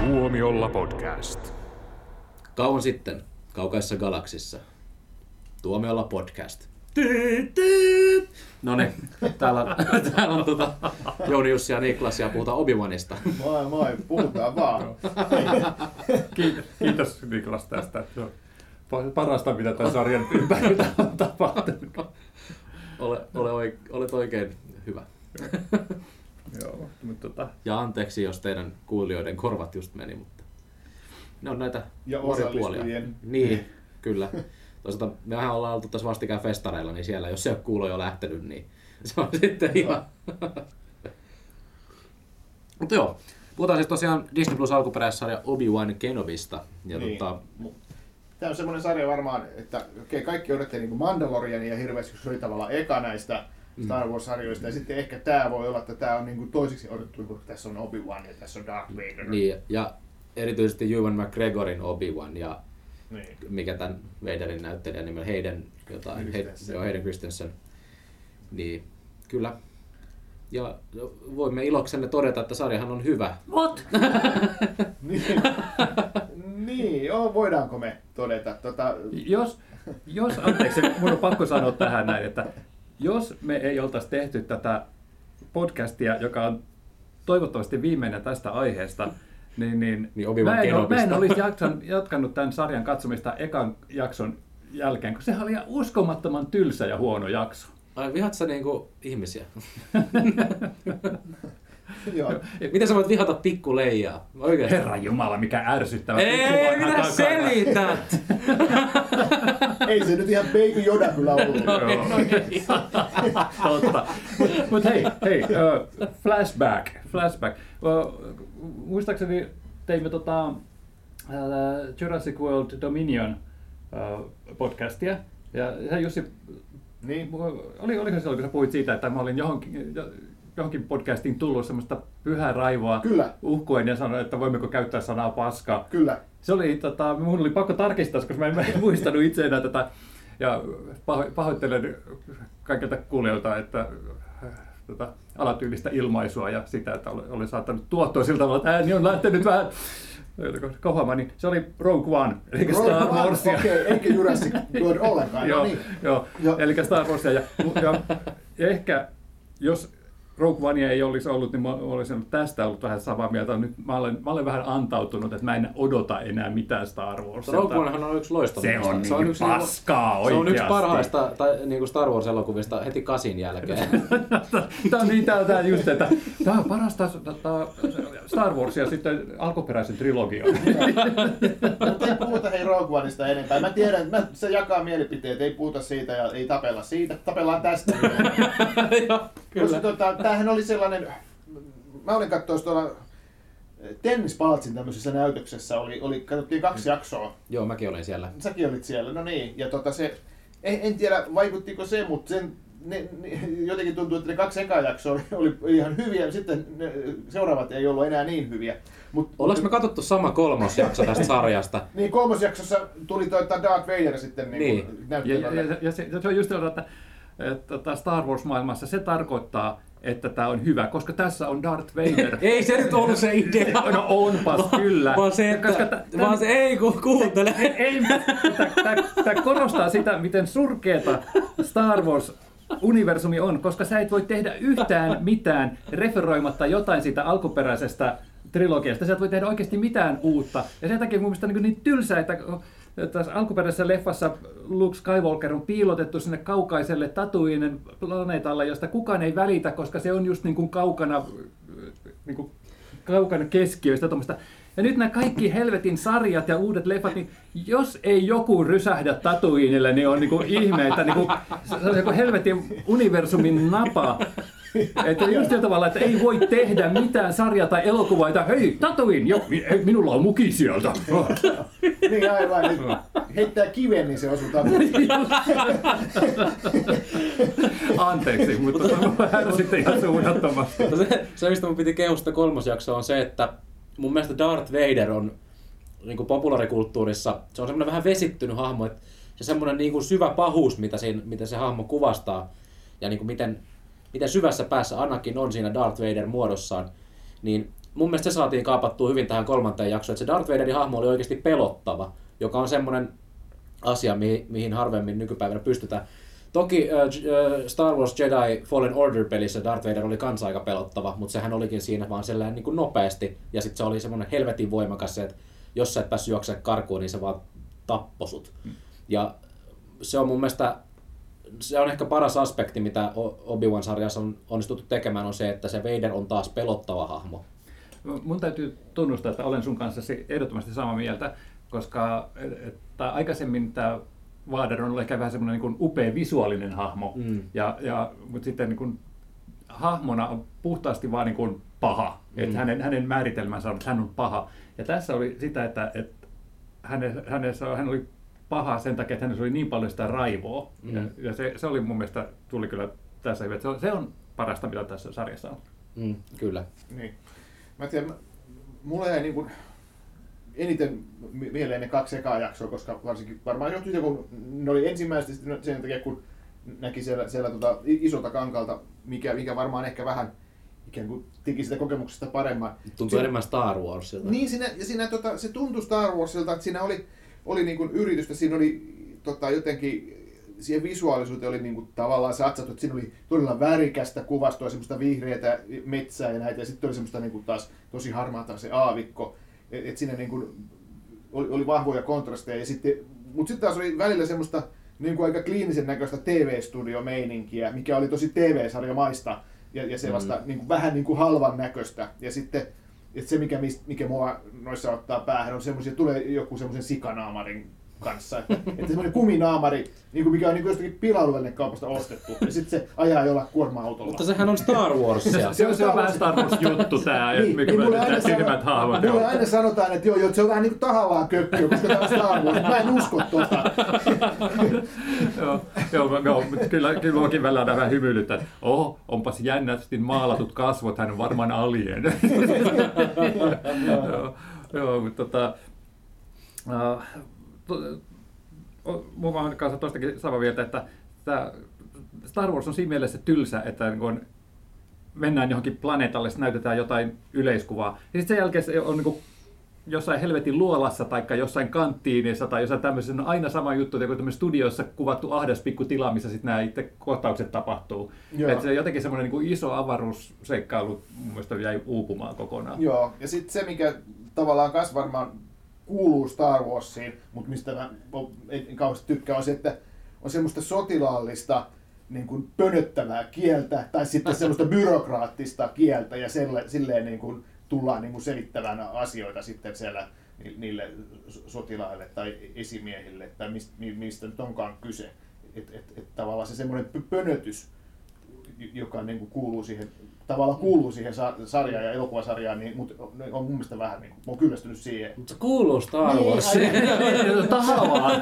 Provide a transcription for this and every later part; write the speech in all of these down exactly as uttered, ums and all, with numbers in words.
Tuomiolla podcast. Kauan sitten, kaukaisessa galaksissa. Tuomiolla podcast. Noniin, täällä on, täällä on tuota, Jouni, Jussi ja Niklas ja puhutaan Obi-Wanista. Moi moi, puhutaan vaan. Kiitos, kiitos Niklas tästä. Parasta mitä tämän sarjan ympärillä on tapahtunut. Ole, ole oike, olet oikein hyvä. Joo, mutta tota... Ja anteeksi, jos teidän kuulijoiden korvat just meni, mutta ne on näitä ja puolia. osallistujien. Niin, kyllä. Toisaalta mehän ollaan oltu tässä vastikään festareilla, niin siellä jos se ole kuulo jo lähtenyt, niin se on sitten ihan... Mutta joo, puhutaan siis tosiaan Disney Plus alkuperäissarja Obi-Wan Kenobista. Ja Niin. tota... Tämä on semmoinen sarja varmaan, että okei, kaikki odotti niin Mandaloriania hirveästi, kun se oli tavallaan eka näistä Star Wars-sarjoista, ja sitten ehkä tämä voi olla, että tämä on niin kuin toiseksi odotettu, kun tässä on Obi-Wan ja tässä on Darth Vader. Niin, ja erityisesti Ewan McGregorin Obi-Wan ja Niin. mikä tämän Vaderin näyttelijän nimellä, Hayden jotain, Christensen. Hayden, Hayden Christensen. Niin, kyllä. Ja voimme iloksemme todeta, että sarjahan on hyvä. What? niin, niin joo, voidaanko me todeta? Tota... Jos, jos, anteeksi, mun on pakko sanoa tähän näin, että jos me ei oltaisi tehty tätä podcastia, joka on toivottavasti viimeinen tästä aiheesta, niin, niin, Niin Obi-Wan mä, en, Kenobista. mä en olisi jaksan, jatkanut tämän sarjan katsomista ekan jakson jälkeen, kun sehän oli ihan uskomattoman tylsä ja huono jakso. Ai, vihaat sä niinku ihmisiä? Joo. Miten sä voit vihata pikkuleijaa? Oikeesti? Herran Jumala, mikä ärsyttävä. Ei, pikkuvanha mitä takana. selität? Ei se nyt ihan Baby Yoda kyllä ollut. Totta. Mutta mut hei, hei uh, flashback. flashback. Uh, muistaakseni teimme tota, uh, Jurassic World Dominion uh, podcastia. Ja sä Jussi, Niin. oli, oliko se silloin, kun sä puhuit siitä, että mä olin johonkin, johonkin podcastiin tullut semmoista pyhää raivoa Kyllä. uhkuen ja sanoin, että voimmeko käyttää sanaa paska. Kyllä. Se oli, tota, mun oli pakko tarkistaa, koska mä en, mä en muistanut itse enää tätä. Ja paho, pahoittelen kaikilta kuulijoilta, että äh, tota, alatyylistä ilmaisua ja sitä, että olen, olen saattanut tuottua sillä tavalla, että ääni on lähtenyt vähän kohoamaan, niin se oli Rogue One, eli Star Warsia. Okei, okay, eikä Jurassic World ollenkaan. joo, No niin. joo, Joo. eli Star Warsia. Ja, ja, ja ehkä, jos Rogue Onea ei olisi ollut, niin mä olisin ollut tästä ollut vähän samaa mieltä. Nyt mä olen, mä olen vähän antautunut, että mä en odota enää mitään Star Warsilta. Rogue Onehan on yksi loistavimmista. Se on, niin yksi paskaa Se oikeasti. on yksi parhaista tai, niin kuin Star Wars-elokuvista heti kasin jälkeen. Tämä on niin, tää, tää just, että tämä on parasta tää, Star Wars ja sitten alkuperäisen trilogian. Mutta ei puhuta hei Rogue Oneista enempää. Mä tiedän, että mä, se jakaa mielipiteet, ei puhuta siitä ja ei tapella siitä. Tapellaan tästä. Joo, kyllä. Koska, tota, tämähän oli sellainen, mä olin katsoa tuolla Tennispalatsin tämmöisessä näytöksessä, oli, oli, katsottiin kaksi jaksoa. Joo, mäkin olin siellä. Säkin olit siellä, no niin. Ja tota se, en, en tiedä vaikuttiko se, mutta sen, ne, ne, jotenkin tuntuu, että ne kaksi ekaa jaksoa oli, oli ihan hyviä, sitten ne seuraavat ei ollut enää niin hyviä. Mut, Ollaanko me katsottu sama kolmosjakso tästä sarjasta? Niin kolmosjaksossa tuli toi Darth Vader sitten niin Niin. niin. Ja, näyttävälle. ja, ja se, se on just sellainen, että, että Star Wars-maailmassa se tarkoittaa, että tämä on hyvä, koska tässä on Darth Vader. Ei se nyt ollut se idea. No onpas kyllä. Vaan se, että, Koska tä- tä- vaan se ei ku, kuuntele. Ei, tämä korostaa sitä, miten surkeata Star Wars-universumi on, koska sä et voi tehdä yhtään mitään referoimatta jotain siitä alkuperäisestä trilogiasta. Sä et voi tehdä oikeasti mitään uutta. Ja sen takia mun mielestä on niin, niin tylsää, että tässä alkuperäisessä leffassa Luke Skywalker on piilotettu sinne kaukaiselle Tatooinen planeetalle, josta kukaan ei välitä, koska se on just niin kuin kaukana, niin kuin kaukana keskiöstä. Tuommoista. Ja nyt nämä kaikki helvetin sarjat ja uudet leffat, niin jos ei joku rysähdä Tatooinille, niin on niin kuin ihme, että niin kuin, se on joku helvetin universumin napa. Että just sillä tavalla, että ei voi tehdä mitään sarjaa tai elokuvaa, että hei, Tatooine, jo, minulla on muki sieltä. Niin aivan, nyt heittää kiven, niin se osuu Tatooineen. Anteeksi, mutta hän sitten ihan suunnattomasti. Se, se, mistä mun piti kehua sitä kolmosjaksoa, on se, että mun mielestä Darth Vader on niin kuin populaarikulttuurissa, se on semmoinen vähän vesittynyt hahmo, että se semmoinen niin kuin syvä pahuus, mitä, siinä, mitä se hahmo kuvastaa, ja niin kuin miten, miten syvässä päässä Anakin on siinä Darth Vader muodossaan, niin mun mielestä se saatiin kaapattua hyvin tähän kolmanteen jaksoon, että se Darth Vaderin hahmo oli oikeasti pelottava, joka on semmoinen asia, mihin, mihin harvemmin nykypäivänä pystytään. Toki äh, Star Wars Jedi Fallen Order-pelissä Darth Vader oli kans aika pelottava, mutta sehän olikin siinä vaan sellainen niin kuin nopeasti, ja sitten se oli semmoinen helvetin voimakas se, että jos sä et päässyt juoksemaan karkuun, niin se vaan tappoi sut. Hmm. Ja se on mun mielestä, se on ehkä paras aspekti, mitä Obi-Wan-sarjassa on onnistuttu tekemään, on se, että se Vader on taas pelottava hahmo. Mun täytyy tunnustaa, että olen sun kanssa ehdottomasti samaa mieltä, koska että aikaisemmin tämä Vader on ollut ehkä vähän semmoinen niin kuin upea visuaalinen hahmo, mm. ja, ja, mutta sitten niin kuin hahmona on puhtaasti vaan niin kuin paha, mm. että hänen, hänen määritelmänsä on, että hän on paha. Ja tässä oli sitä, että, että hänessä, hän oli paha sen takia, että hänessä oli niin paljon sitä raivoa, mm. ja, ja se, se oli mun mielestä, tuli kyllä tässä hyvä, se on, se on parasta, mitä tässä sarjassa on. Mm, kyllä. Niin. Mä tiedän, mulla jäi niin kuin eniten mieleen ne kaksi ekaa jaksoa, koska varsinkin varmaan johtui se, kun ne oli ensimmäisesti sen takia, kun näki siellä, siellä tota isolta kankalta, mikä, mikä varmaan ehkä vähän ikään kuin teki sitä kokemuksesta paremman. Tuntui enemmän Star Warsilta. Niin, siinä, ja siinä, tota, se tuntui Star Warsilta, että siinä oli, oli niin kuin yritystä, siinä oli tota, jotenkin, siihen visuaalisuuteen oli niin kuin tavallaan satsattu, että siinä oli todella värikästä kuvastoa, semmoista vihreätä metsää ja näitä, ja sitten oli semmoista niin kuin taas tosi harmaata se aavikko. Et siinä niin kuin oli, oli vahvoja kontrasteja, ja sitten, mutta sitten taas oli välillä semmoista niin kuin aika kliinisen näköistä T V-studio-meininkiä, mikä oli tosi T V-sarjamaista ja, ja sellaista mm. niin kuin, vähän niin kuin halvan näköistä. Ja sitten että se, mikä, mikä mua noissa ottaa päähän, on semmoisia, tulee joku semmoisen sikanaamarin kanssa. Että, että semmoinen kuminaamari, niin kuin mikä on niin kuin jostakin pilailuvälinekaupasta ostettu, ja sitten se ajaa jollain kuorma-autolla. Mutta sehän on Star Warsia. se, on, se on vähän Star Wars-juttu tämä, niin, mikä niin, tämä silmät hahmot. Mulle aina sanotaan, että joo, joo, se on vähän niin kuin tahallaan kökkyä, koska tämä on Star Wars. Mä en usko tuota. joo, joo, joo, mutta kyllä, kyllä minäkin välillä vähän hymyilyttä, että oho, onpas jännästi maalatut kasvot, hän on varmaan alien. joo, joo, mutta tota... Uh, Mua on kanssa toistakin samaa mieltä, että tämä Star Wars on siinä mielessä tylsä, että kun mennään johonkin planeetalle, näytetään jotain yleiskuvaa. Ja sitten sen jälkeen se on niin jossain helvetin luolassa tai jossain kanttiinissa tai jossain tämmöisessä on aina sama juttu, että kun studiossa kuvattu ahdas pikku tila, missä sitten nämä itse kohtaukset tapahtuu. Että se jotenkin semmoinen niin iso avaruusseikkailu mun mielestä jäi uupumaan kokonaan. Joo, ja sitten se, mikä tavallaan kas varmaan kuuluu Star Warsiin, mutta mistä mä en kauheasti tykkää, on se, että on semmoista sotilaallista niin kuin pönöttävää kieltä tai sitten semmoista byrokraattista kieltä ja selle, silleen niin kuin tullaan niin kuin selittämään asioita sitten siellä niille sotilaille tai esimiehille tai mistä, mistä nyt onkaan kyse. Että et, et tavallaan se semmoinen pönötys, joka niin kuin kuuluu siihen tavallaan kuuluu siihen sarjaan ja elokuvasarjaan, niin, mutta on mun mielestä vähän niin kuin, mä oon kyllästynyt siihen. Mutta se kuuluu Star Warsiin. Tahallaan.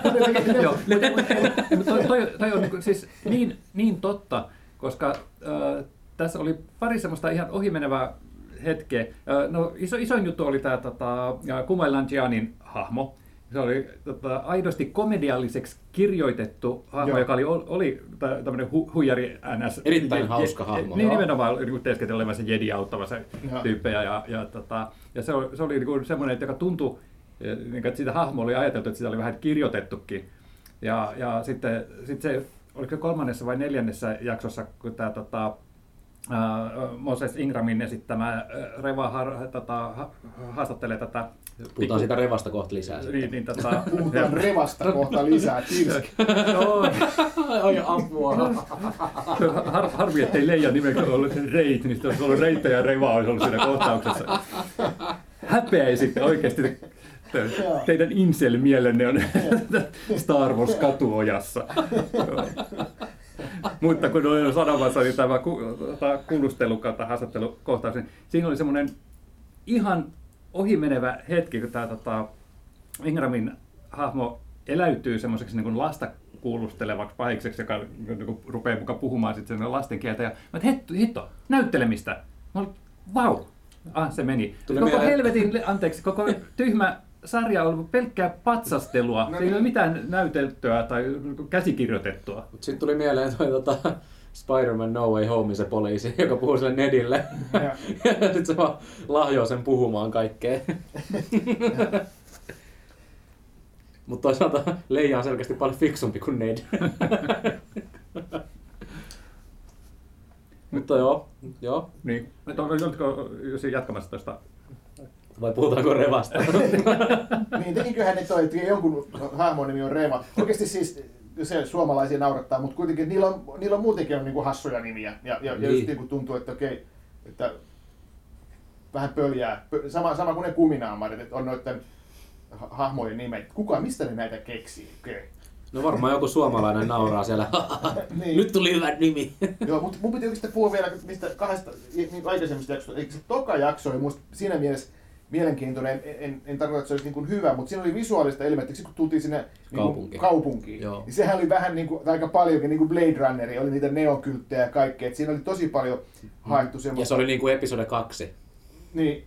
Toi on niin, siis niin, niin totta, koska äh, tässä oli pari semmoista ihan ohimenevää hetkeä. Äh, no, iso, isoin juttu oli tämä tota, Kumail Nanjianin hahmo. Se oli tota, aidosti komedialliseksi kirjoitettu hahmo, Joo. joka oli, oli tämmöinen hu, huijari N S. Erittäin je, hauska hahmo. Niin, nimenomaan niin teeskentelemässä jedi auttava se tyyppejä. Ja, ja, tota, ja se oli, se oli niin semmoinen, joka tuntui, niin, että siitä hahmo oli ajateltu, että sitä oli vähän kirjoitettukin. Ja, ja sitten, sitten se, oliko kolmannessa vai neljännessä jaksossa, kun tämä tota, Uh, Moses Ingramin esittämä uh, Reva har, tota, haastattelee tätä. Puhutaan pikku... siitä Revasta kohta lisää. Niin, niin, tota, Puhutaan Revasta kohta lisää. Oi apua. Har, harvi, ettei Leija nimeksi ollut Reit, niin olisi ollut Reitä ja Reva olisi ollut siinä kohtauksessa. Häpeä sitten oikeasti. Teidän incel-mielenne on Star Wars katuojassa. Mutta kun olin sanomassa, niin tämä kuulustelu kautta haastattelukohtaus, niin siinä oli semmoinen ihan ohimenevä hetki, kun tämä tota, Ingramin hahmo eläytyy semmoiseksi niin kuin lasta kuulustelevaksi pahikseksi, joka niin rupeaa mukaan puhumaan sitten sen lasten kieltä. Ja mä olin, että hitto, näyttelemistä. Mä olin, vau, ah, se meni. Tuli koko mieleen... helvetin, anteeksi, koko tyhmä sarja on ollut pelkkää patsastelua. No, se ei niin. ole mitään näyteltyä tai käsikirjoitettua. Sitten tuli mieleen toi, tota, Spider-Man No Way Home se poliisi, joka puhuu sille Nedille. Ja, ja sitten se vaan lahjoo sen puhumaan kaikkea. Mutta toisaalta Leija on selkeästi paljon fiksumpi kuin Ned. Mutta joo, joo. Niin. Oletko jatkamassa tuosta? Vai puhutaanko Revasta? Niin, tekiköhän ne toi, että jonkun hahmon nimi on Reva. Oikeasti siis se suomalaisia naurattaa, mutta kuitenkin niillä on, niillä on muutenkin on niinku hassuja nimiä. Ja, ja, niin. ja just niinku tuntuu, että okei, että vähän pöljää. Sama, sama kuin ne kuminaamarit, että on noiden hahmojen nimet. Kuka, mistä ne näitä keksii? Okay. No varmaan joku suomalainen nauraa siellä. Niin. Nyt tuli hyvä nimi. Joo, mutta mun piti oikeastaan puhua vielä mistä kahdesta niin aikaisemmista jaksoista. Eikö se toka jakso oli musta siinä mielessä mielenkiintoinen, en, en, en tarkoita, että se olisi niin kuin hyvä, mutta siinä oli visuaalista elementtiä, kun tultiin sinne niin Kaupunki. kaupunkiin. Niin sehän oli vähän niin kuin, aika paljonkin niin kuin Blade Runneri, oli niitä neokylttejä ja kaikkea. Et siinä oli tosi paljon haettu semmoista. Ja se oli niin kuin episode kaksi. Niin,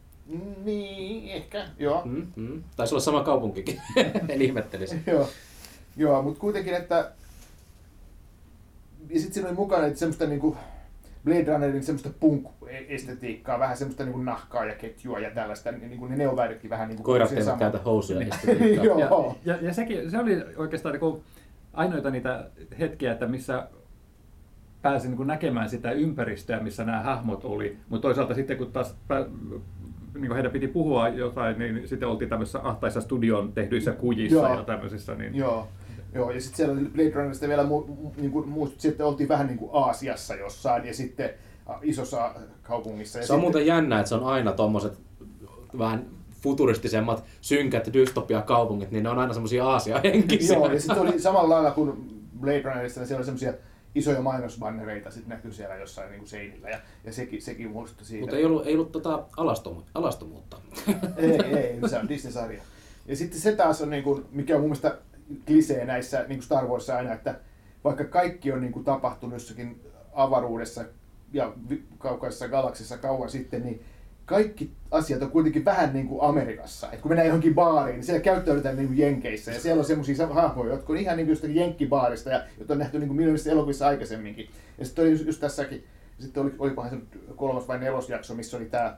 niin ehkä, joo. Mm, mm. Taisi olla sama kaupunkikin, en ihmettelisi. Joo, joo mutta kuitenkin, että ja sitten siinä oli mukana että semmoista niin kuin Blade Runnerin semmoista punk-estetiikkaa, vähän semmoista niin kuin nahkaa ja ketjua ja tällaista, niin kuin ne neoväritkin vähän niin kuin koirat eivät käytä housuja estetiikkaa. Joo. Ja, ja, ja sekin, se oli oikeastaan niin kuin ainoita niitä hetkiä, että missä pääsin niin kuin näkemään sitä ympäristöä, missä nämä hahmot oli, mutta toisaalta sitten kun taas pää, niin kuin heidän piti puhua jotain, niin sitten oltiin tämmöisissä ahtaissa studion tehdyissä kujissa Joo. ja tämmöisissä. Niin... Joo. Joo, ja sitten siellä oli Blade Runnerista vielä mu, niin kuin muistut, sitten oltiin vähän niin kuin Aasiassa jossain ja sitten isossa kaupungissa. Ja se on sitten... muuten jännä, että se on aina tommoset vähän futuristisemmat, synkät dystopia-kaupungit, niin ne on aina semmosia Aasia-henkisiä. Joo, ja sitten oli samalla lailla kuin Blade Runnerista, niin siellä oli semmosia isoja mainosbannereita sitten näkyy siellä jossain niin kuin seinillä, ja, ja sekin, sekin muistui siitä. Mutta ei ollut, ei ollut tota alastomu, alastomuutta. ei, ei, se on Disney-sarja. Ja sitten se taas on, niin kuin, mikä on mun mielestä klisee näissä niin kuin Star Warsissa aina, että vaikka kaikki on niin kuin tapahtunut jossakin avaruudessa ja kaukaisessa galaksissa kauan sitten, niin kaikki asiat on kuitenkin vähän niin kuin Amerikassa. Et kun mennään johonkin baariin, niin siellä käyttäydytään niin kuin Jenkeissä ja siellä on semmoisia hahmoja, jotka on ihan niin kuin jostakin jenkkibaarista ja jotka on nähty niin kuin miljoonissa elokuvissa aikaisemminkin. Ja sitten oli just, just tässäkin, sitten oli, olikohan se kolmas vai nelos jakso, missä oli tämä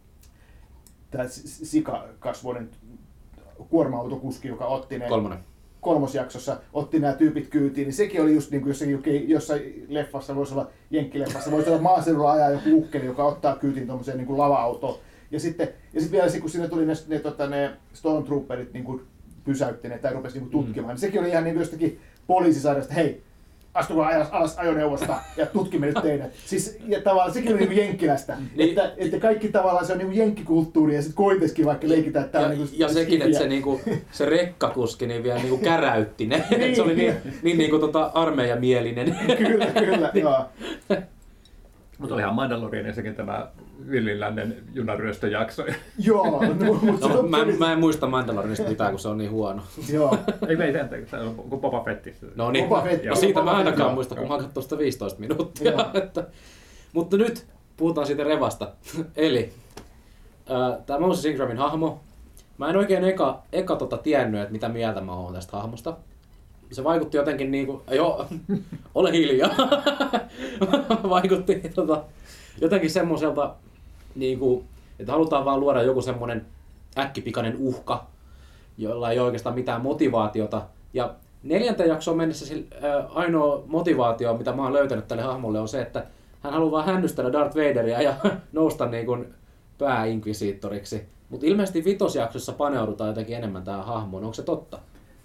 tämä sikakasvoinen kuorma-autokuski, joka otti ne... Kolmonen. kolmosjaksossa otti nämä tyypit kyytiin, niin sekin oli just niin kuin jossain, jossain leffassa, voisi olla jenkkileffassa, voisi olla maaseudulla ajaa joku ukkeli, joka ottaa kyytiin tuommoiseen niin kuin lava-autoon. Ja sitten, ja sitten vielä kun sinne tuli ne, ne, tota, ne Stormtrooperit niin kuin pysäytti ne tai rupesi niin kuin tutkimaan, mm. niin sekin oli ihan niin kuin jostakin poliisisarjasta, hei, astukaa alas, alas ajoneuvosta ja tutkimme nyt teidät. Siis, ja tavallaan sekin on niin jenkkilästä, niin, että, että kaikki tavallaan se on niin jenkkikulttuuri ja sitten kuitenkin vaikka leikitään, että ja, on niin kuin ja sekin, että se, niinku, se rekkakuski niin vielä niinku käräytti ne. niin, se oli niin, niin niinku tota armeijamielinen. kyllä, kyllä, joo. Mutta olihan Mandalorianissakin tämä Villin lännen junaryöstöjakso. Joo. No, no, mä, mä en muista Mandalorinista mitään, kun se on niin huono. Joo. Ei me ei sen, se on kuin Boba Fett. No niin, Boba Fett, no, siitä Boba mä ainakaan Fett, muista, kun mä oon katsonut sitä viisitoista minuuttia. Että, mutta nyt puhutaan siitä Revasta. Eli äh, tämä Moses Ingramin hahmo. Mä en oikein eka, eka tota tiennyt, että mitä mieltä mä oon tästä hahmosta. Se vaikutti jotenkin niinku, joo, ole hiljaa. Vaikutti tota, jotenkin semmoiselta, niinku, että halutaan vaan luoda joku semmoinen äkkipikainen uhka, jolla ei ole oikeastaan mitään motivaatiota. Ja neljänteen jaksoon mennessä sillä, ää, ainoa motivaatio, mitä mä oon löytänyt tälle hahmolle, on se, että hän haluaa vaan hännystellä Darth Vaderia ja nousta niinku pääinkvisiittoriksi. Mutta ilmeisesti vitosjaksossa paneudutaan jotenkin enemmän tähän hahmoon. Onko se totta?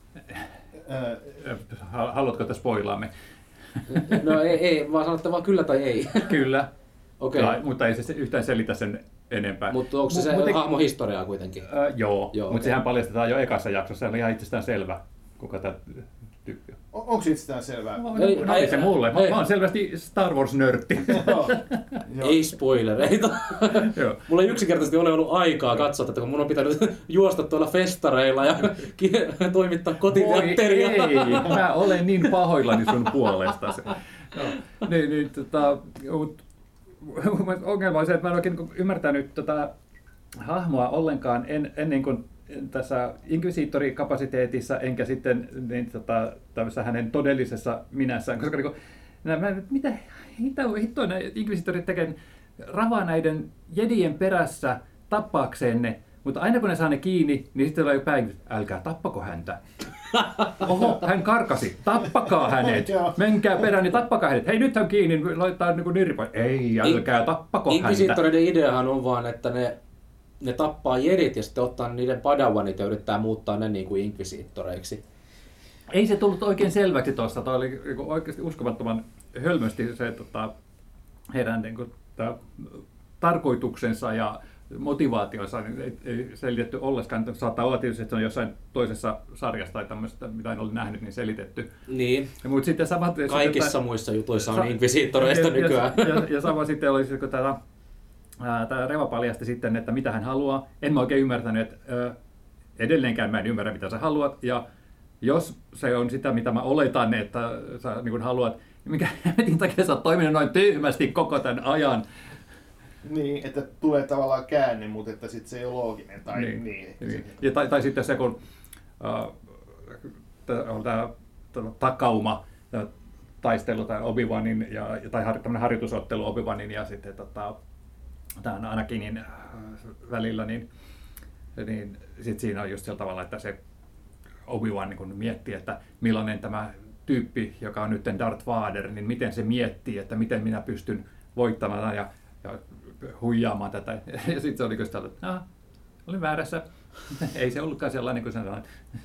Haluatko, että spoilaamme? No ei, ei, vaan sanotte vaan kyllä tai ei. Kyllä. Okei. Okay. Mutta ei se yhtään selitä sen enempää. Mutta onko se se Mut, hahmohistoriaa kuitenkin? Äh, joo, joo mutta okay. Sehän paljastetaan jo ekassa jaksossa. Se on ihan itsestään selvä, kuka tämä tyyppi on. Onko itsestään selvää? No, ei, no, ei se mulle. Mä, mä oon selvästi Star Wars-nörtti. Ei spoilereita. Mulla ei yksinkertaisesti ole ollut aikaa katsoa tätä, kun mun on pitänyt juosta tuolla festareilla ja toimittaa kotiteatteria. Oi ei, mä olen niin pahoillani sun puolestasi. No, niin, niin, tota, ongelma on se, että mä en oikein ymmärtänyt tota hahmoa ollenkaan en, ennen kuin tässä inkvisiittorikapasiteetissa, enkä sitten niin, tota, hänen todellisessa minässään, koska niin, Mä, mitä hittoa ne inkvisitorit tekee? Ravaa näiden jedien perässä tappaakseen ne, mutta aina kun ne saa ne kiinni, niin sitten tulee päin, älkää tappako häntä. Oho, hän karkasi, tappakaa hänet, menkää perään, niin tappakaa hänet. Hei, nyt hän kiinni, laittaa niin nyrripoin. Ei, älkää tappako häntä. Inkvisitoreiden ideahan on vaan, että ne, ne tappaa jedit ja sitten ottaa niiden padawanit ja yrittää muuttaa ne niin kuin inkvisitoreiksi. Ei se tullut oikein selväksi tuossa, toi oli oikeasti uskomattoman hölmösti se tota, heidän niin kuin, tää, tarkoituksensa ja motivaationsa ei, ei selitetty ollenkaan. Saattaa olla tietysti, että se on jossain toisessa sarjassa tai tämmöistä, mitä en ole nähnyt, niin selitetty. Niin. Ja, mutta sitten sama, kaikissa sitten, muissa jutuissa on sa- inkvisitoreista ja, nykyään. Ja, ja, ja sama sitten oli, kun tämä, tämä Reva paljasti sitten, että mitä hän haluaa. En mä oikein ymmärtänyt, että äh, edelleenkään mä en ymmärrä, mitä sä haluat. Ja jos se on sitä, mitä mä oletan, että sä niin kuin haluat, niin mikä hänetin takia sä oot toiminut noin tyhmästi koko tämän ajan. Niin, että tulee tavallaan käänne, mutta että sit se ei ole looginen. Tai, niin, niin, niin. Ja, tai, tai sitten se, kun uh, on tämä takauma, tää taistelu tai Obi-Wanin, ja, tai har, tämmöinen harjoitusottelu Obi-Wanin ja sitten tota, tämän Anakinin äh, välillä, niin, niin sit siinä on just sillä tavalla, että se Obi-Wan niin kun miettii, että millainen tämä tyyppi, joka on nyt Darth Vader, niin miten se miettii, että miten minä pystyn voittamaan ja, ja huijaamaan tätä. Ja sitten se oli kyllä että ah, olin väärässä. Ei se ollutkaan sellainen kuin sanoit.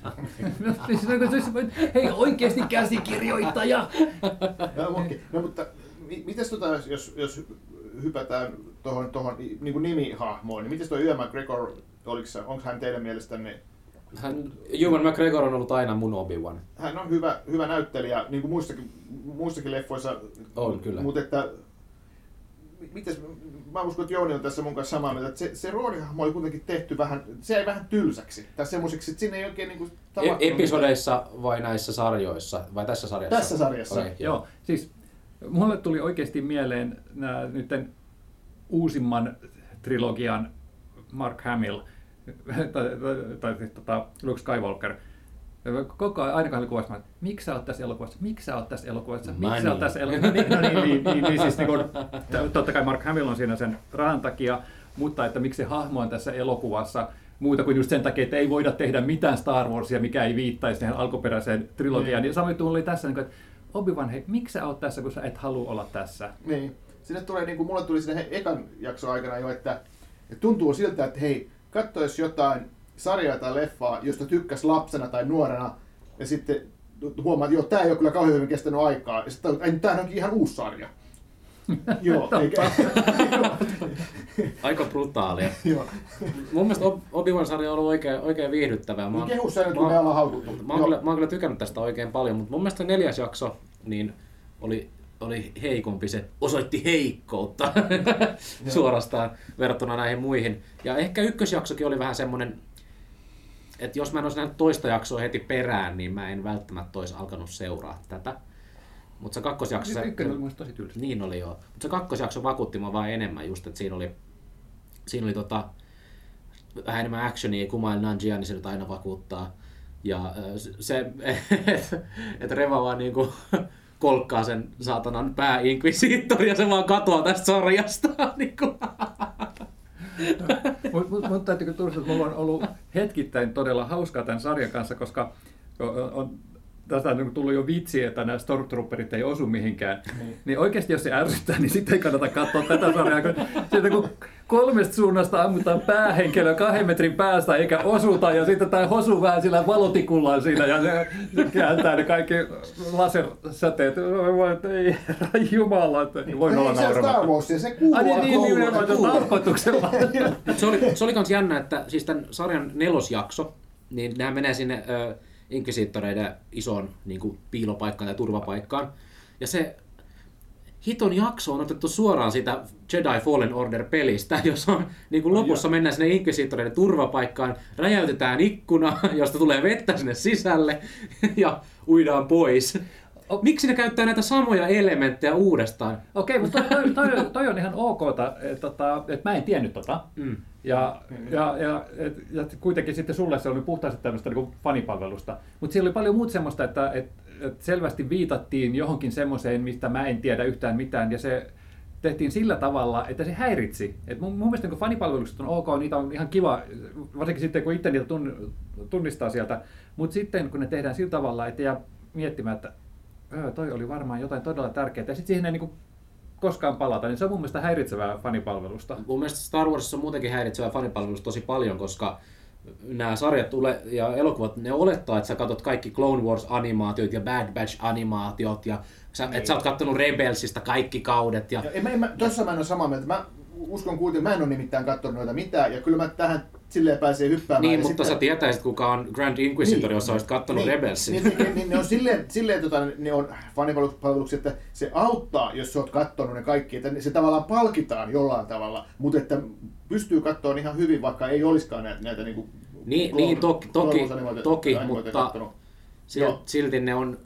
Hei, oikeasti käsikirjoittaja! No, okay. No mutta mites tota, jos, jos hypätään tuohon tohon, niin nimihahmoon, niin mites tuo Ewan McGregor, onko hän teidän mielestänne? Hän, Ewan McGregor on ollut aina mun Obi-Wan. Hän on hyvä, hyvä näyttelijä, niin kuin muissakin, muissakin leffoissa. On kyllä. Mutta että, mites, mä uskon, että Jouni on tässä mun kanssa samaa mieltä, että se, se roolihahmo oli kuitenkin tehty vähän, se jäi vähän tylsäksi. Tai semmoiseksi, että siinä ei oikein niin kuin tapahtunut. E- episodeissa mitään. Vai näissä sarjoissa? Vai tässä sarjassa? Tässä sarjassa. Okay, joo. joo, siis mulle tuli oikeasti mieleen nämä nytten uusimman trilogian Mark Hamill, tai, tai, tai, tai tota, Luke Skywalker. Koko ajan aina kahden kuvassa, että miksi sä oot tässä elokuvassa, miksi sä oot tässä elokuvassa, miksi sä oot tässä elokuvassa. No niin, no niin, niin, niin, niin siis niin kuin, totta kai Mark Hamill on siinä sen rahan takia, mutta että miksi se hahmo on tässä elokuvassa muuta kuin just sen takia, että ei voida tehdä mitään Star Warsia, mikä ei viittaisi tähän alkuperäiseen trilogiaan. Niin samoin tuli tässä, että Obi-Wan, hei, miksi sä oot tässä, kun sä et halua olla tässä? Niin, sinne tulee, niin kuin mulle tuli sinne ekan jakson aikana jo, että, että tuntuu siltä, että hei, katsois jotain sarjaa tai leffaa, josta tykkäs lapsena tai nuorena, ja sitten huomaat, että tää ei ole kyllä kauhean hyvin kestänyt aikaa, ja sitten tää onkin ihan uusi sarja. Joo, eikä... Aika brutaalia. Mun mielestä Obi-Wan-sarja on ollut oikein, oikein viihdyttävää. Mä, kehussa nyt, kun me ollaan haukuttu. Mä oon kyllä, kyllä tykännyt tästä oikein paljon, mutta mun mielestä neljäs jakso niin oli, oli heikompi, se osoitti heikkoutta suorastaan verrattuna näihin muihin. Ja ehkä ykkösjaksokin oli vähän semmonen, että jos mä en olisi nähnyt toista jaksoa heti perään, niin mä en välttämättä olisi alkanut seuraa tätä. Mutta se kakkosjakso... Se, ykkönen oli muista tosi tylsä. Niin oli joo. Mutta se kakkosjakso vakuutti mua vaan enemmän just, että siinä oli, siinä oli tota, vähän enemmän actionia, ja Kumail Nanjiani se nyt aina vakuuttaa. Ja se, että et Reva vaan niinku kolkkaa sen saatanan pääinkvisiittori ja se vaan katoaa tästä sarjasta. Niinku. Mutta mut, täytyy tunnustaa, että mulla on ollut hetkittäin todella hauskaa tämän sarjan kanssa, koska on, on tästä on tullut jo vitsi, että nämä Stormtrooperit ei osu mihinkään. Niin. niin oikeasti jos se ärsyttää, niin sitten ei kannata katsoa tätä sarjaa. Kun, sieltä, kun kolmesta suunnasta ammutaan päähenkilöä kahden metrin päästä eikä osuta, ja sitten tämä hosuu vähän sillä valotikullaan siinä, ja se, se kääntää ne kaikki lasersäteet. Ei, jumala, että voin olla nauramatta. Se on Star Wars, ja se kuuluu. Niin, niin, niin, niin, tarkoituksella. Se oli, se oli kans jännä, että siis tämän sarjan nelosjakso, niin nehän menee sinne ö, inkvisiittoreiden isoon niin kuin piilopaikkaan ja turvapaikkaan. Ja se hiton jakso on otettu suoraan siitä Jedi Fallen Order-pelistä, jossa on, niin kuin lopussa mennään sinne inkvisiittoreiden turvapaikkaan, räjäytetään ikkuna, josta tulee vettä sinne sisälle ja uidaan pois. O- Miksi ne käyttää näitä samoja elementtejä uudestaan? Okei, mutta toi, toi, toi, toi on ihan okta, että tota, et mä en tiennyt tota. Mm. Ja, ja, ja, et, ja kuitenkin sitten sulle se oli puhtaasti tämmöistä niin fanipalvelusta. Mutta siellä oli paljon muuta semmoista, että et, et selvästi viitattiin johonkin semmoiseen, mistä mä en tiedä yhtään mitään. Ja se tehtiin sillä tavalla, että se häiritsi. Et mun, mun mielestä niin fanipalvelukset on ok, niitä on ihan kiva, varsinkin sitten kun itse niitä tunnistaa sieltä. Mutta sitten kun ne tehdään sillä tavalla, että jää miettimään, että öö, toi oli varmaan jotain todella tärkeää. Ja sitten siihen ei niin kuin koskaan palata, niin se on mun mielestä häiritsevää fanipalvelusta. Mun mielestä Star Warsissa on muutenkin häiritsevää fanipalvelusta tosi paljon, koska nämä sarjat ja elokuvat, ne olettaa, että sä katsot kaikki Clone Wars-animaatiot ja Bad Batch-animaatiot ja sä, että sä oot kattonut Rebelsista kaikki kaudet. Ja... Ja, mä, mä, tossa mä en ole samaa mieltä. Mä uskon kuitenkin, mä en ole nimittäin katsonut noita mitään ja kyllä mä tähän silleen pääsee hyppäämään. Niin, mutta sitten... sä tietäisit, kuka on Grand Inquisitor, niin, jos sä olisit kattonut niin, Rebelsin. Niin, niin, niin, ne on silleen, silleen tota, ne on fanipalveluksia, että se auttaa, jos sä oot kattonut ne kaikki, että se tavallaan palkitaan jollain tavalla, mutta että pystyy katsomaan ihan hyvin, vaikka ei olisikaan näitä, näitä niin kuin Niin, Clone- niin toki, toki, Clone toki animaatioita mutta kattonut. silti, silti ne on...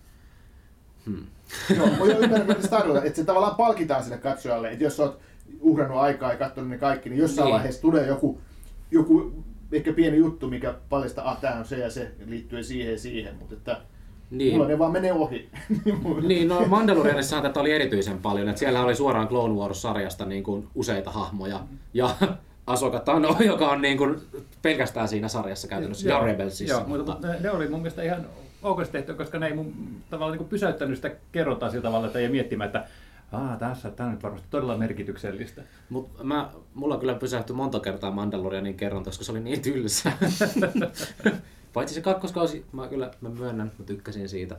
Hmm. Joo, mä jo ymmärrän, mitä se tarkoittaa, että se tavallaan palkitaan sille katsojalle, että jos sä oot uhrannut aikaa ja katsonut ne kaikki, niin jossain niin. vaiheessa tulee joku, joku ehkä pieni juttu, mikä paljastaa, että ah, tää on se ja se liittyy siihen ja siihen, mutta että Niin. mulla ne vaan menee ohi. Niin, no Mandalorianissahan tätä oli erityisen paljon, että siellä oli suoraan Clone Wars-sarjasta niin kuin useita hahmoja ja Ahsoka Tano, joka on niin kuin pelkästään siinä sarjassa käytännössä ja Rebelsissa. Joo, mutta, mutta ne, ne oli mun mielestä ihan okosti tehty, koska ne ei mun tavallaan niin kuin pysäyttänyt sitä kerrotaan sillä tavalla, että ei miettimään, että Aa, tässä tämä on nyt varmasti todella merkityksellistä. Mut mä, mulla kyllä pysähtyi monta kertaa Mandalorianin kerron, koska se oli niin tylsä. Paitsi se kakkoskausi, mä kyllä mä myönnän, mä tykkäsin siitä.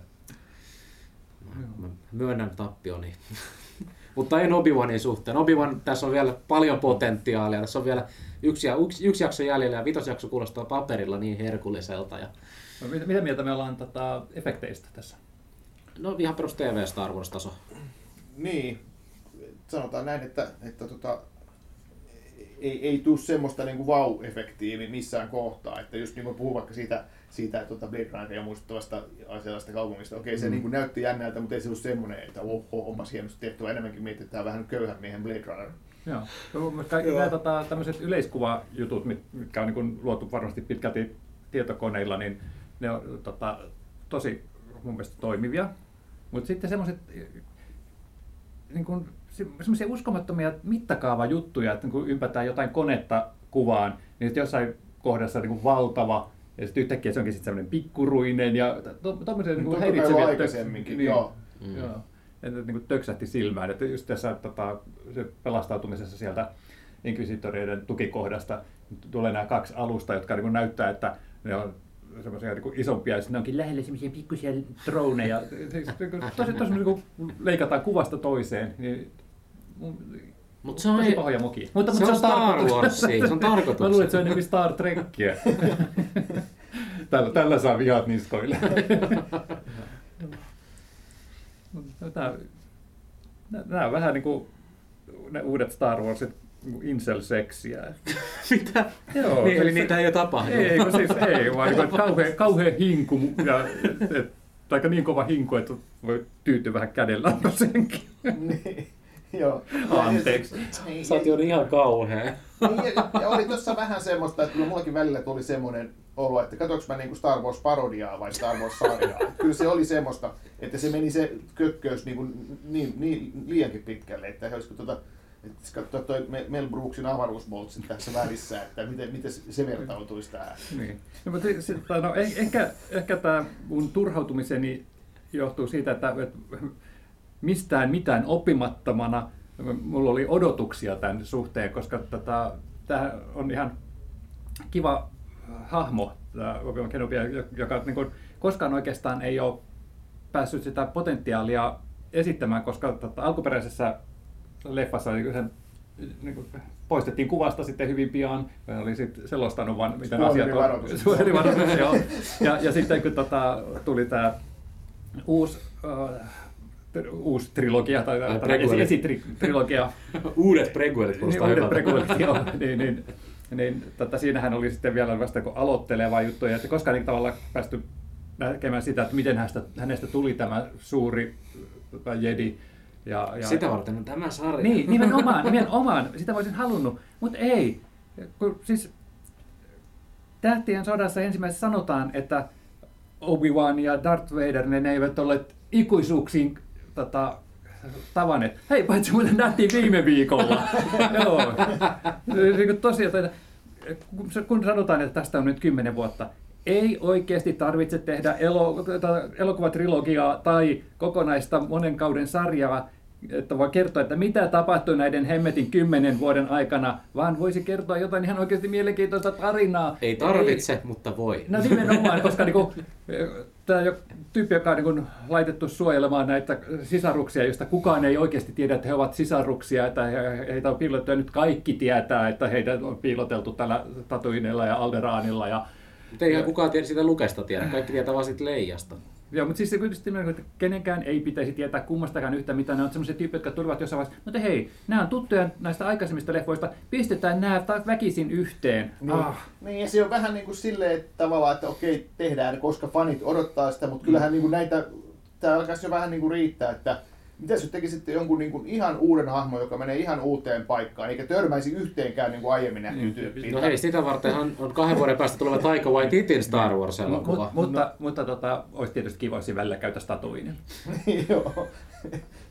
Mä, mä myönnän tappioni. Mutta en Obi-Wanin suhteen. Obi-Wan, tässä on vielä paljon potentiaalia. Tässä on vielä yksi, yksi, yksi jakso jäljellä ja vitosjakso kuulostaa paperilla niin herkulliselta. Ja... No, mitä, mitä mieltä me ollaan tota, efekteistä tässä? No ihan perus T V Star Wars-taso. Niin, sanotaan näin, että, että tota, ei, ei tule semmoista niinku wow-efektiä missään kohtaa, että just niin kuin puhun vaikka siitä, siitä tuota Blade Runneria muistuttavasta asialaisesta kaupungista, okei se mm. niin kuin näytti jännältä, mutta ei se ollut semmoinen, että oho, onpas hienosti tehty, vaan enemmänkin mietitään vähän köyhän miehen Blade Runner. Joo, kaikki nämä tota, tämmöiset yleiskuvajutut, mitkä on niin kuin luotu varmasti pitkälti tietokoneilla, niin ne on tota, tosi mun mielestä toimivia, mutta sitten semmoiset niin kuin semmoisia uskomattomia mittakaavajuttuja, että kun ympätään jotain konetta kuvaan, niin sitten jossain kohdassa on niin kuin valtava, ja sitten yhtäkkiä se onkin sitten semmoinen pikkuruinen, ja tommoisia niin kuin häiritseviä aikaisemminkin, niin, joo. Mm. joo. Että niin kuin töksähti silmään, että just tässä tota, se pelastautumisessa sieltä inkvisitorioiden tukikohdasta tulee nämä kaksi alusta, jotka niin kuin näyttää, että ne on semmoisia niin kuin isompia, ja ne onkin lähellä semmoisia pikkuisia droneja. Tosi, tosi niin kuin leikataan kuvasta toiseen. Niin, Mut se on, tosi pahoja mokia. Mutta, se, mutta on Star Warsia, se on tarkoitus. Mä luulen, että se on enemmän Star Trekkiä. tällä, tällä saa vihat niskoille. Nämä on vähän niin kuin ne uudet Star Warsit incel-seksiä. Mitä? Joo, niin, eli se, niitä ei ole tapahtunut. Ei, kun siis ei, vaan niin kauhean, kauhean hinku, ja, et, aika niin kova hinku, että voi tyytyä vähän kädenlämpöisenkin. Niin, joo. Anteeksi. Sä oot jo ihan kauhea. Niin, ja, ja oli tuossa vähän semmoista, että kyllä mullakin välillä tuli semmoinen olo, että katsoinko mä niinku Star Wars-parodiaa vai Star Wars-sarjaa. Kyllä se oli semmoista, että se meni se kökköys niinku niin, niin liiankin pitkälle, että olisiko tota, että katsoa toi Mel Brooksin avaruusboltsit tässä välissä, että miten, miten se vertautuisi tähän. Niin. No, mutta se, no, ehkä, ehkä tämä mun turhautumiseni johtuu siitä, että, että mistään mitään oppimattomana mulla oli odotuksia tämän suhteen, koska tota, tämä on ihan kiva hahmo, tämä Obi-Wan Kenobi, joka niin kuin, koskaan oikeastaan ei ole päässyt sitä potentiaalia esittämään, koska tota, alkuperäisessä leffassa sen, niin kuin, poistettiin kuvasta sitten hyvin pian. Mä olin sitten selostanut vaan, miten asiat on. Spoilerivaroitus. Joo. Ja, ja sitten kun tota, tuli tämä uusi, uh, uusi trilogia, tai esi- esitrilogia. Uudet prequelit kuulostaa niin, hyvältä. Uudet prequelit, joo. Niin, niin, niin, tota, siinähän oli sitten vielä vasta kun aloitteleva juttu, ja että koskaan ei tavallaan päästy näkemään sitä, että miten hänestä, hänestä tuli tämä suuri jedi. Ja, ja, sitä varten on tämä sarja. Niin, nimenomaan, nimenomaan. Sitä voisin halunnut, mutta ei. Kun, siis, Tähtien sodassa ensimmäisessä sanotaan, että Obi-Wan ja Darth Vader, ne, ne eivät ole ikuisuuksiin tota, tavanneet. Hei, paitsi muuten nähtiin viime viikolla. Joo. Tosiaan, kun sanotaan, että tästä on nyt kymmenen vuotta, ei oikeasti tarvitse tehdä elo, elokuvatrilogiaa tai kokonaista monen kauden sarjaa, että voi kertoa, että mitä tapahtui näiden hemmetin kymmenen vuoden aikana, vaan voisi kertoa jotain ihan oikeasti mielenkiintoista tarinaa. Ei tarvitse, ei, mutta voi. No nimenomaan, koska niinku, tämä tyyppi, joka on niinku laitettu suojelemaan näitä sisaruksia, josta kukaan ei oikeasti tiedä, että he ovat sisaruksia, että heitä on piilotettu, ja nyt kaikki tietää, että heitä on piiloteltu tällä Tatooinella ja Alderaanilla. Ja mutta ei ihan kukaan tiedä sitä Lukesta tiedä, kaikki tietää vaan siitä Leijasta. Joo, mutta siis se kuitenkin, että kenenkään ei pitäisi tietää kummastakaan yhtä mitään. Ne on sellaisia tyyppejä, jotka tulevat jossain vaiheessa, mutta hei, nämä on tuttuja näistä aikaisemmista leffoista, pistetään nämä väkisin yhteen. Niin, ah. niin, ja se on vähän niin kuin silleen että tavallaan, että okei, tehdään, koska fanit odottaa sitä, mutta kyllähän mm. niin kuin näitä, tämä alkaisi jo vähän niin kuin riittää, että mitä jos tekisitte jonkun niin kuin ihan uuden hahmon, joka menee ihan uuteen paikkaan, eikä törmäisi yhteenkään niin kuin aiemmin nähtyyn tyyppiin. No hei, sitä vartenhan on kahden vuoden päästä tuleva Taika Waititin Star Wars-elokuva. Mut, mutta no. mutta tota, olisi tietysti kiva, jos välillä käytäisi Tatooinilla. Joo.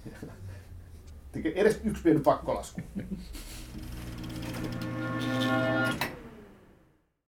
Edes yksi pieni pakkolasku.